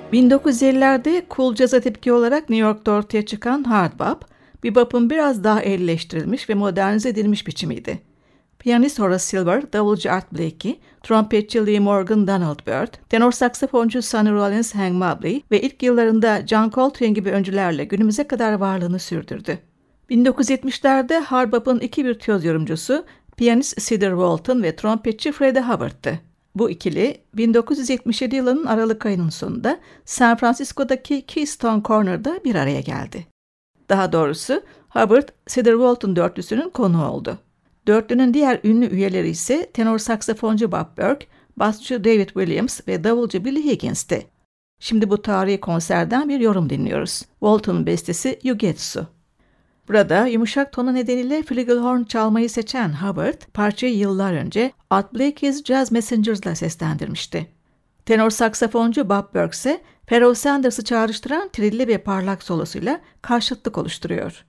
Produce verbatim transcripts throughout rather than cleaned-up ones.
bin dokuz yüz ellilerde cool jazz'a tepki olarak New York'ta ortaya çıkan hard bop, bebop'un biraz daha ehlileştirilmiş ve modernize edilmiş biçimiydi. Piyanist Horace Silver, davulcu Art Blakey, trompetçi Lee Morgan, Donald Byrd, tenor saksafoncu Sonny Rollins, Hank Mobley ve ilk yıllarında John Coltrane gibi öncülerle günümüze kadar varlığını sürdürdü. bin dokuz yüz yetmişlerde hard bop'un iki virtüöz yorumcusu piyanist Cedar Walton ve trompetçi Freddie Hubbard'tı. Bu ikili bin dokuz yüz yetmiş yedi yılının Aralık ayının sonunda San Francisco'daki Keystone Corner'da bir araya geldi. Daha doğrusu Hubbard, Cedar Walton dörtlüsünün konuğu oldu. Dörtlünün diğer ünlü üyeleri ise tenor saksafoncu Bob Burke, basçı David Williams ve davulcu Billy Higgins'ti. Şimdi bu tarihi konserden bir yorum dinliyoruz. Walton'un bestesi Yugetsu. Burada yumuşak tonu nedeniyle flugelhorn çalmayı seçen Hubbard, parçayı yıllar önce Art Blakey's Jazz Messengers'la seslendirmişti. Tenor saksafoncu Bob Burke ise Pharoah Sanders'ı çağrıştıran trilli ve parlak solosuyla karşıtlık oluşturuyor.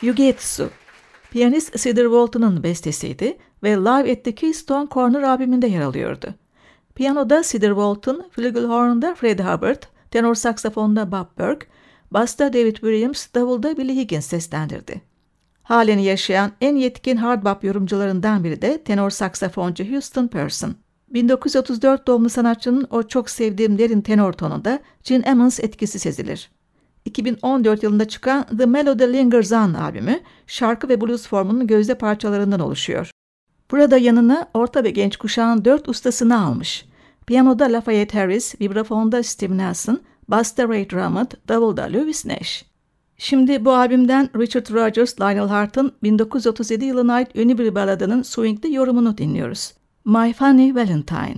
Yugetsu. Piyanist Cedar Walton'un bestesiydi ve Live at the Keystone Corner albümünde yer alıyordu. Piyanoda Cedar Walton, flügelhorn'da Freddie Hubbard, tenor saksafonda Bob Burke, basta David Williams, davulda Billy Higgins seslendirdi. Halen yaşayan en yetkin hard bop yorumcularından biri de tenor saksafoncu Houston Person. bin dokuz yüz otuz dört doğumlu sanatçının o çok sevdiğim derin tenor tonunda Gene Ammons etkisi sezilir. iki bin on dört yılında çıkan The Melody Lingers On albümü şarkı ve blues formunun gözde parçalarından oluşuyor. Burada yanına orta ve genç kuşağın dört ustasını almış. Piyanoda Lafayette Harris, vibrafonda Steve Nelson, basta Ray Drummond, davulda Lewis Nash. Şimdi bu albümden Richard Rodgers, Lionel Hart'ın bin dokuz yüz otuz yedi yılına ait ünlü bir baladının swingli yorumunu dinliyoruz. My Funny Valentine.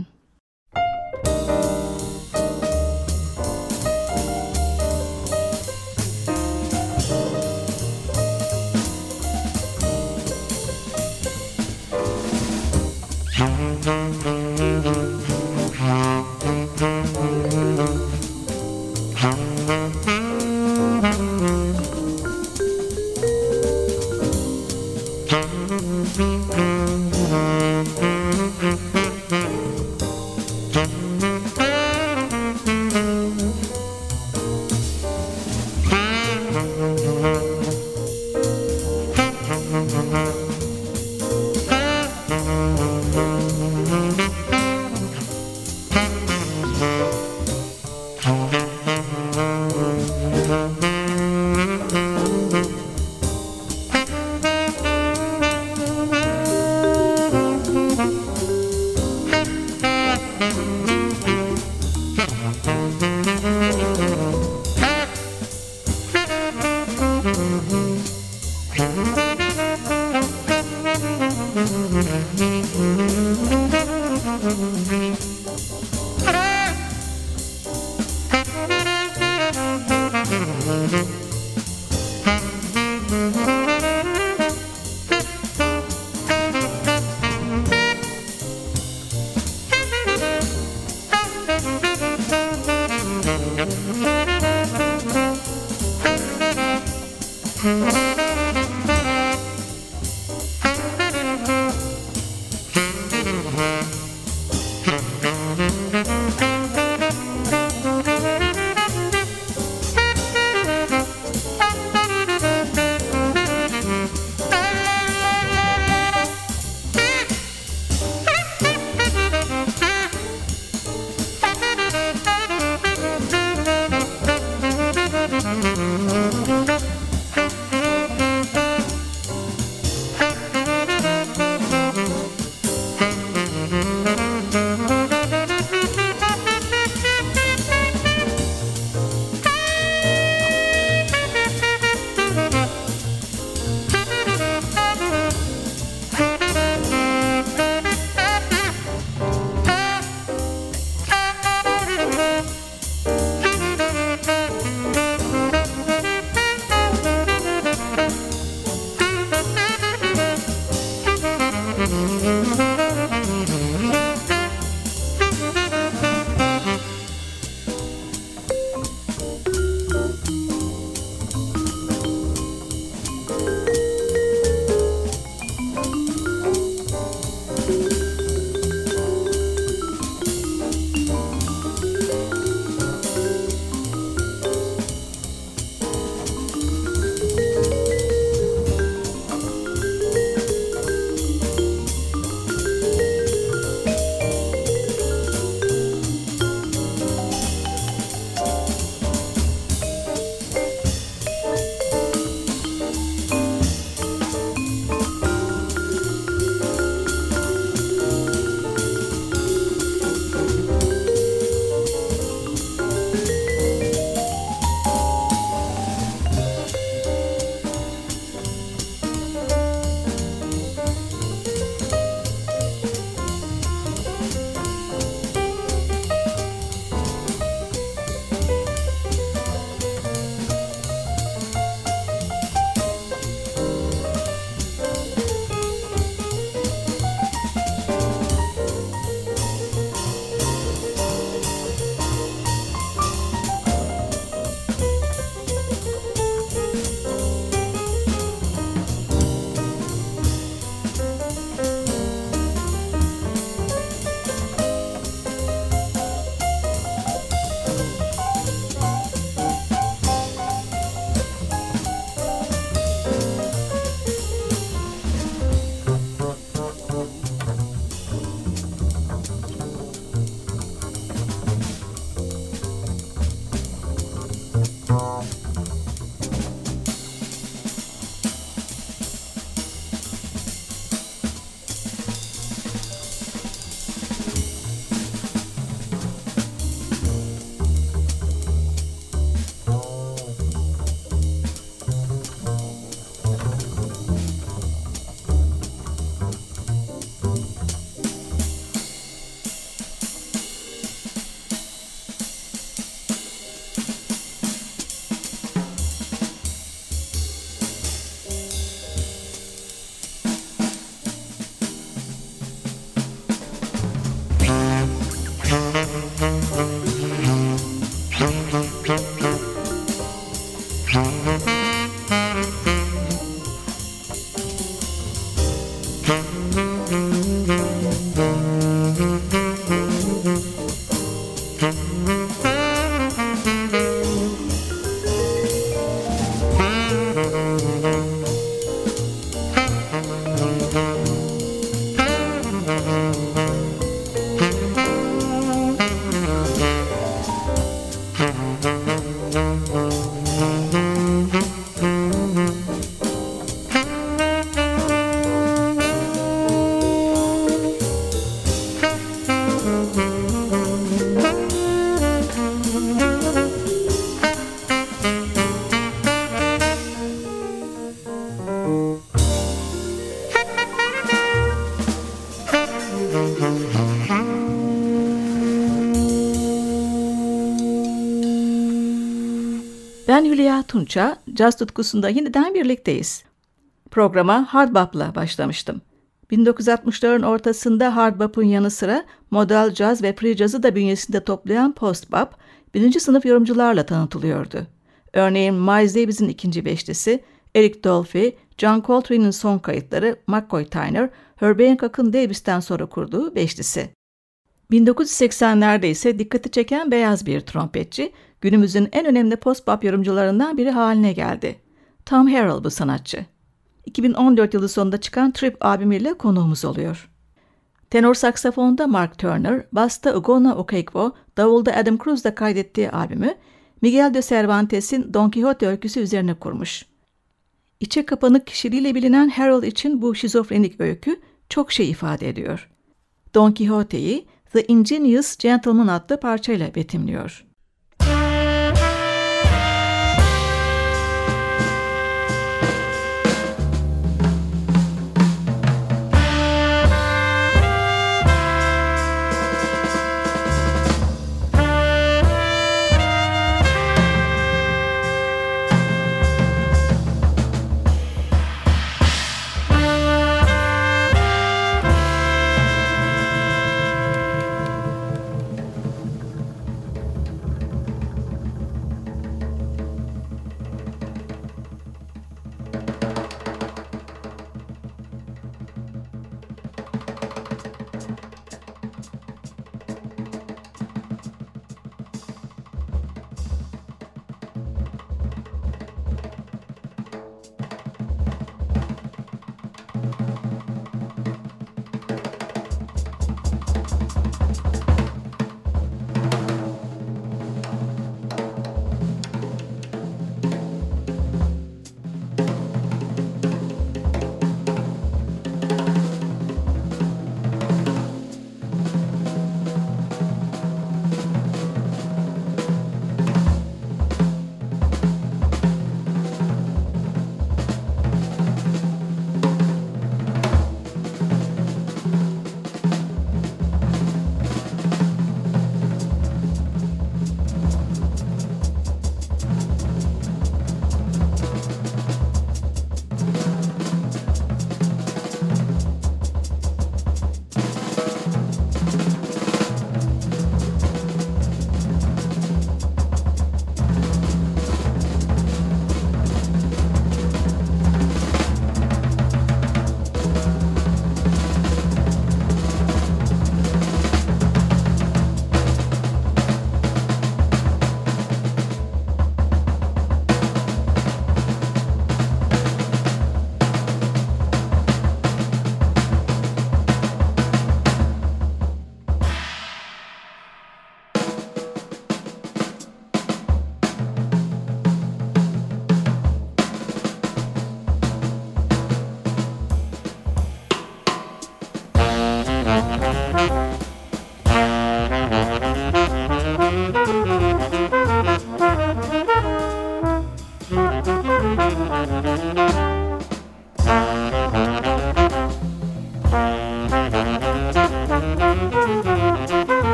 Ben Hülya Tunça, caz tutkusunda yeniden birlikteyiz. Programa hard bop'la başlamıştım. bin dokuz yüz altmışların ortasında hard bop'un yanı sıra modal caz ve free cazı da bünyesinde toplayan post bop, birinci sınıf yorumcularla tanıtılıyordu. Örneğin Miles Davis'in ikinci beşlisi, Eric Dolphy, John Coltrane'in son kayıtları, McCoy Tyner, Herbie Hancock'ın Davis'ten sonra kurduğu beşlisi. bin dokuz yüz seksenlerde ise dikkati çeken beyaz bir trompetçi, günümüzün en önemli post-bop yorumcularından biri haline geldi. Tom Harrell bu sanatçı. iki bin on dört yılı sonunda çıkan Trip albümüyle konuğumuz oluyor. Tenor saksafonda Mark Turner, basta Ugonna Okekwo, davulda Adam Cruz'da kaydettiği albümü, Miguel de Cervantes'in Don Quixote öyküsü üzerine kurmuş. İçe kapanık kişiliğiyle bilinen Harrell için bu şizofrenik öykü çok şey ifade ediyor. Don Quixote'yi The Ingenious Gentleman adlı parçayla betimliyor.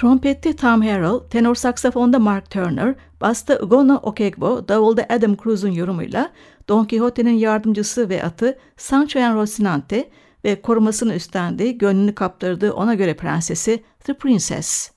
Trompette Tom Harrell, tenor saksafonda Mark Turner, basta Ugonna Okegbo, davulda Adam Cruz'un yorumuyla Don Quixote'nin yardımcısı ve atı Sancho en Rocinante ve korumasını üstlendiği, gönlünü kaptırdığı ona göre prensesi The Princess.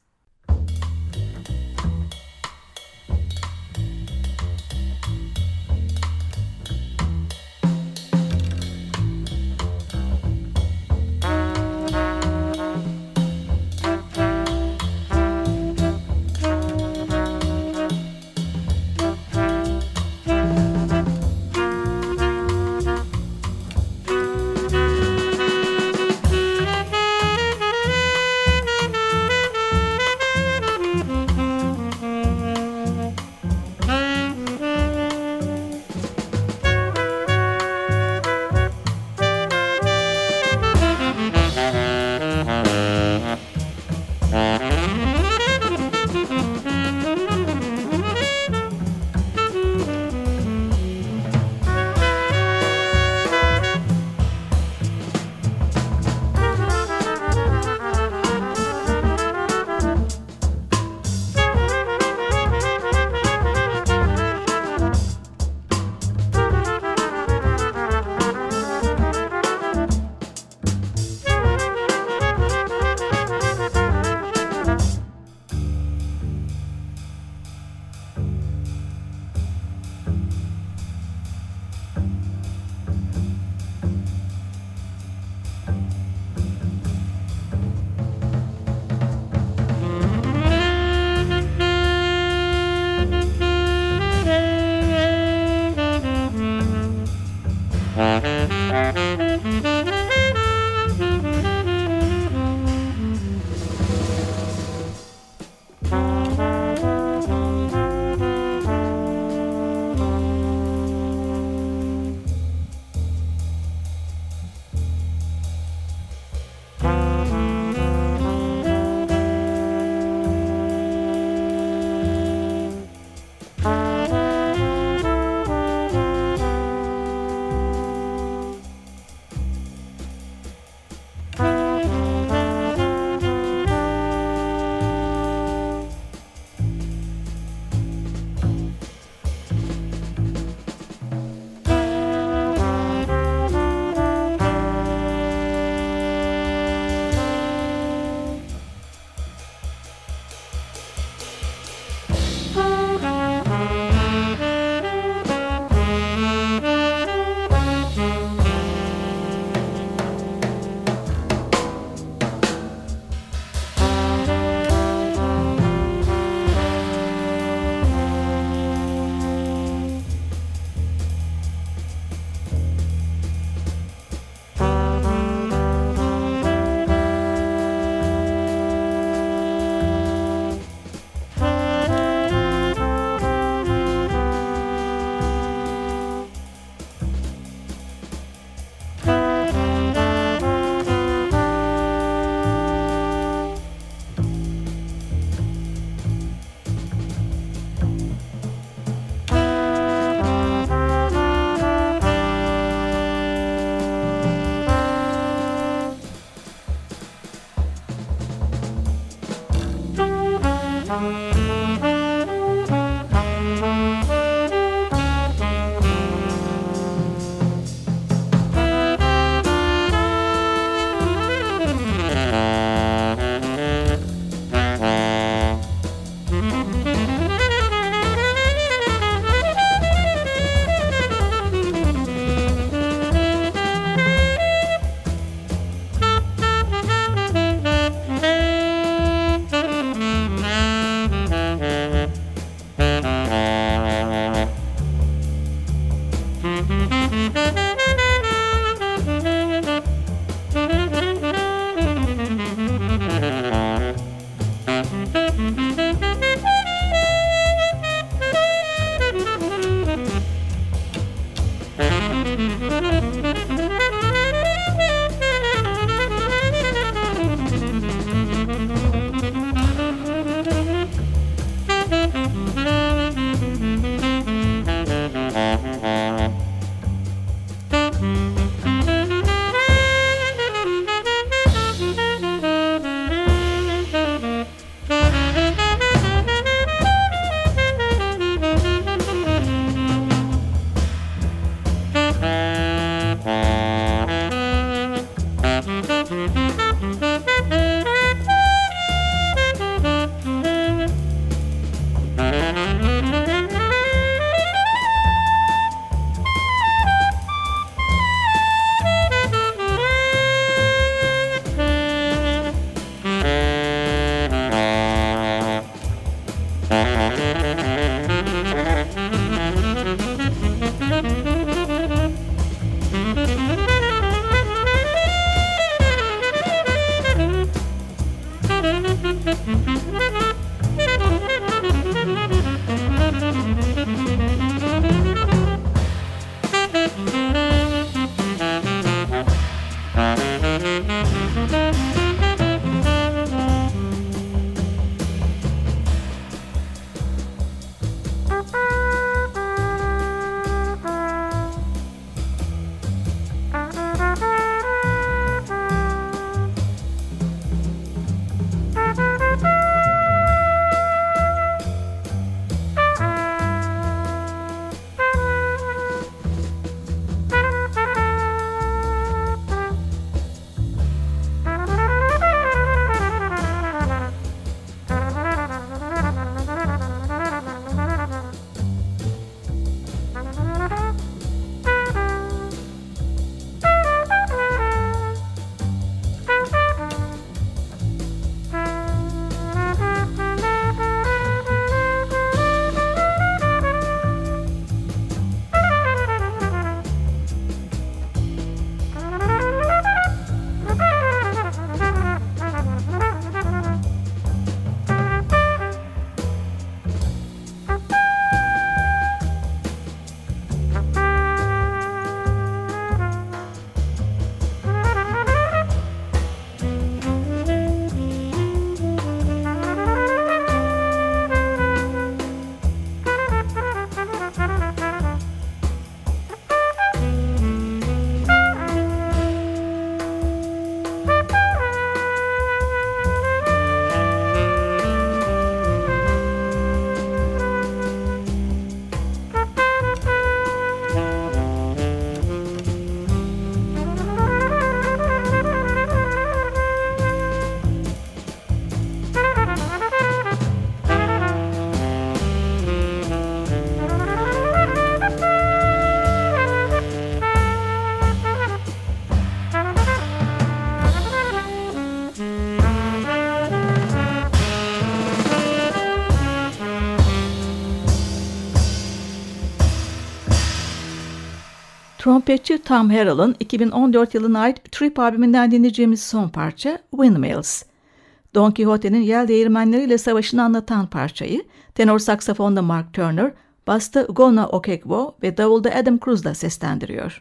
Trompetçi Tom Harrell'ın iki bin on dört yılına ait Trip albümünden dinleyeceğimiz son parça Windmills. Don Quixote'nin yel değirmenleriyle savaşını anlatan parçayı tenor saksafonda Mark Turner, basta Gona Okegwo ve davulda Adam Cruz'la seslendiriyor.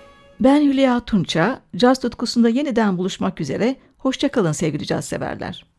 Ben Hülya Tunça, caz tutkusunda yeniden buluşmak üzere, hoşça kalın sevgili caz severler.